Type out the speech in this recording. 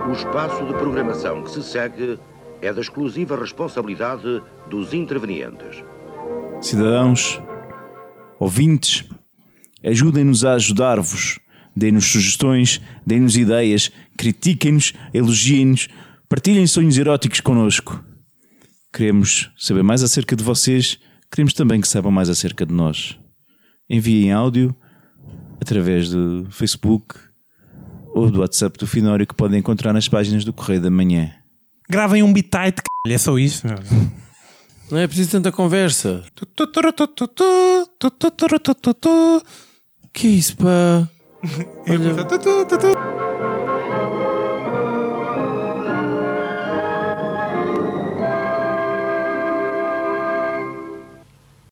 O espaço de programação que se segue é da exclusiva responsabilidade dos intervenientes. Cidadãos, ouvintes, ajudem-nos a ajudar-vos. Deem-nos sugestões, deem-nos ideias, critiquem-nos, elogiem-nos, partilhem sonhos eróticos connosco. Queremos saber mais acerca de vocês, queremos também que saibam mais acerca de nós. Enviem áudio através do Facebook ou do WhatsApp do Finório, que podem encontrar nas páginas do Correio da Manhã. Gravem um bitite, é só isso. Não é preciso tanta conversa. Que é isso, pá? Olha...